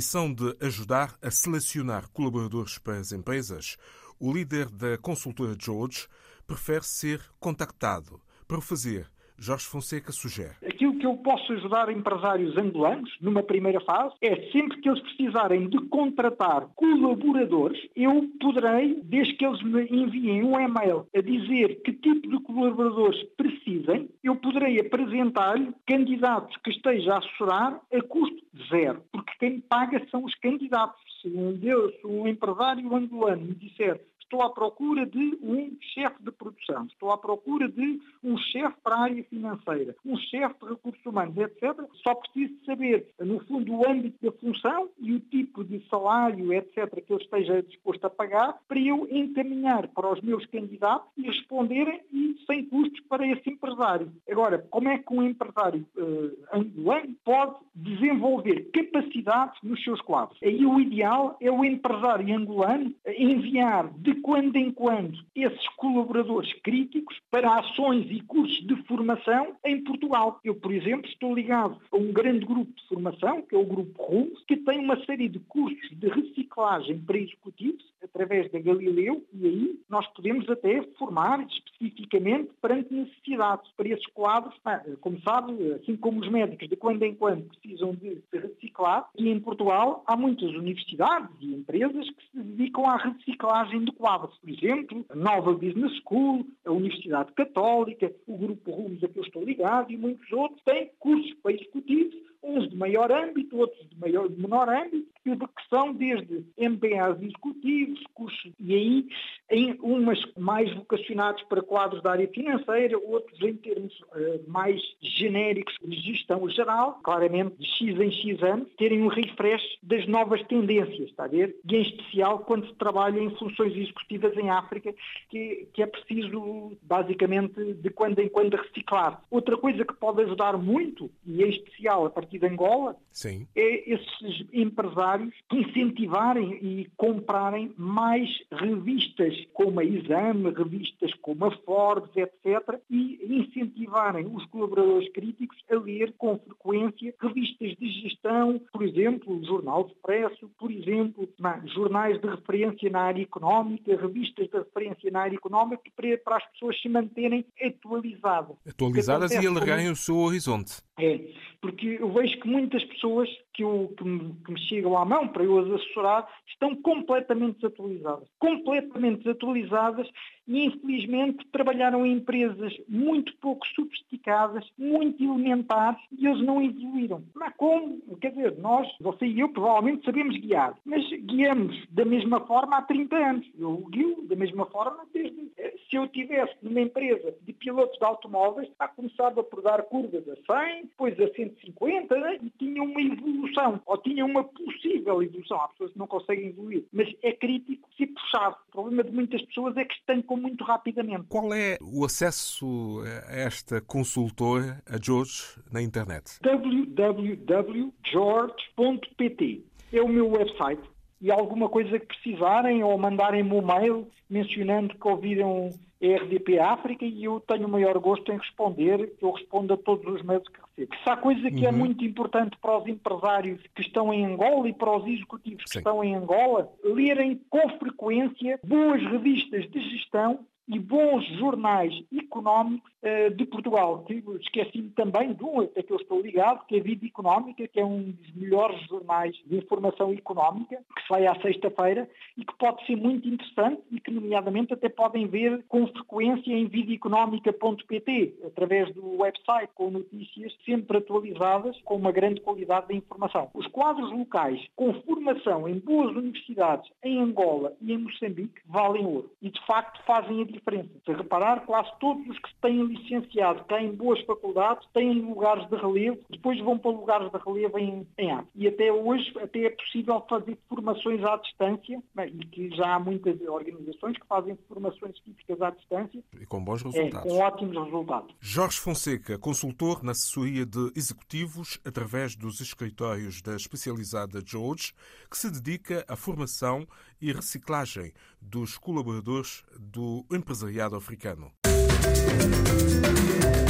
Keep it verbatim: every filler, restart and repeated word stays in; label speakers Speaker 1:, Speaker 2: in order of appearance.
Speaker 1: missão de ajudar a selecionar colaboradores para as empresas, o líder da consultora George prefere ser contactado. Para o fazer, Jorge Fonseca sugere.
Speaker 2: Aquilo que eu posso ajudar empresários angolanos, numa primeira fase, é sempre que eles precisarem de contratar colaboradores, eu poderei, desde que eles me enviem um e-mail a dizer que tipo de colaboradores precisem, eu poderei apresentar-lhe candidatos que esteja a assessorar a custo zero, porque quem paga são os candidatos. Se um, Deus, um empresário angolano me disser: estou à procura de um chefe de produção, estou à procura de um chefe para a área financeira, um chefe de recursos humanos, etcétera. Só preciso saber, no fundo, o âmbito da função e o tipo de salário, etcétera, que eu esteja disposto a pagar, para eu encaminhar para os meus candidatos e responderem e sem custos para esse empresário. Agora, como é que um empresário uh, angolano pode desenvolver capacidades nos seus quadros? Aí o ideal é o empresário angolano enviar de quando em quando esses colaboradores críticos para ações e cursos de formação em Portugal. Eu, por exemplo, estou ligado a um grande grupo de formação, que é o Grupo Rumos, que tem uma série de cursos de reciclagem para executivos, através da Galileu, e aí nós podemos até formar especificamente perante necessidades para esses quadros. Ah, como sabe, assim como os médicos de quando em quando precisam de se reciclar, e em Portugal há muitas universidades e empresas que se dedicam à reciclagem de quadros. Por exemplo, a Nova Business School, a Universidade Católica, o Grupo Rumos a que eu estou ligado e muitos outros têm cursos para executivos, uns de maior âmbito, outros de, maior, de menor âmbito, que são desde M B As executivos, cursos, e aí em umas mais vocacionados para quadros da área financeira, outros em termos uh, mais genéricos de gestão geral, claramente de X em X anos, terem um refresh das novas tendências, está a ver? E em especial quando se trabalha em funções executivas em África, que, que é preciso basicamente de quando em quando reciclar. Outra coisa que pode ajudar muito, e em especial a partir de Angola,
Speaker 1: Sim.
Speaker 2: é esses empresários incentivarem e comprarem mais revistas como a Exame, revistas como a Forbes, etcétera, e incentivarem os colaboradores críticos a ler com frequência revistas de gestão, por exemplo, o Jornal Expresso, por exemplo, jornais de referência na área económica, revistas de referência na área económica, para, para as pessoas se manterem atualizadas.
Speaker 1: Atualizadas e alargarem como... o seu horizonte.
Speaker 2: É, porque eu vejo que muitas pessoas que, eu, que, me, que me chegam à mão para eu as assessorar estão completamente desatualizadas. Completamente desatualizadas e, infelizmente, trabalharam em empresas muito pouco sofisticadas, muito elementares, e eles não evoluíram. Mas como? Quer dizer, nós, você e eu, provavelmente sabemos guiar, mas guiamos da mesma forma há trinta anos. Eu guio da mesma forma desde... Se eu estivesse numa empresa de pilotos de automóveis, começava por dar curvas a cem, depois a cento e cinquenta, né? E tinha uma evolução, ou tinha uma possível evolução. Há pessoas que não conseguem evoluir, mas é crítico se puxar. O problema de muitas pessoas é que estancam muito rapidamente.
Speaker 1: Qual é o acesso a esta consultora, a George, na internet?
Speaker 2: w w w ponto george ponto p t é o meu website. E alguma coisa que precisarem ou mandarem-me um mail mencionando que ouviram a R D P África, e eu tenho o maior gosto em responder, eu respondo a todos os mails que recebo. Se há coisa que uhum. é muito importante para os empresários que estão em Angola e para os executivos que Sim. estão em Angola, lerem com frequência boas revistas de gestão e bons jornais económicos uh, de Portugal. Esqueci-me também de um, até que eu estou ligado, que é a Vida Económica, que é um dos melhores jornais de informação económica, que sai à sexta-feira e que pode ser muito interessante e que, nomeadamente, até podem ver com frequência em vida económica ponto p t, através do website, com notícias sempre atualizadas, com uma grande qualidade de informação. Os quadros locais com formação em boas universidades em Angola e em Moçambique valem ouro e, de facto, fazem a diferença. Se reparar, quase todos os que se têm licenciado têm boas faculdades, têm lugares de relevo, depois vão para lugares de relevo em, em arte. E até hoje até é possível fazer formações à distância, e que já há muitas organizações que fazem formações específicas à distância.
Speaker 1: E com bons resultados.
Speaker 2: É, com ótimos resultados.
Speaker 1: Jorge Fonseca, consultor na assessoria de executivos através dos escritórios da especializada George, que se dedica à formação e reciclagem dos colaboradores do empresariado africano.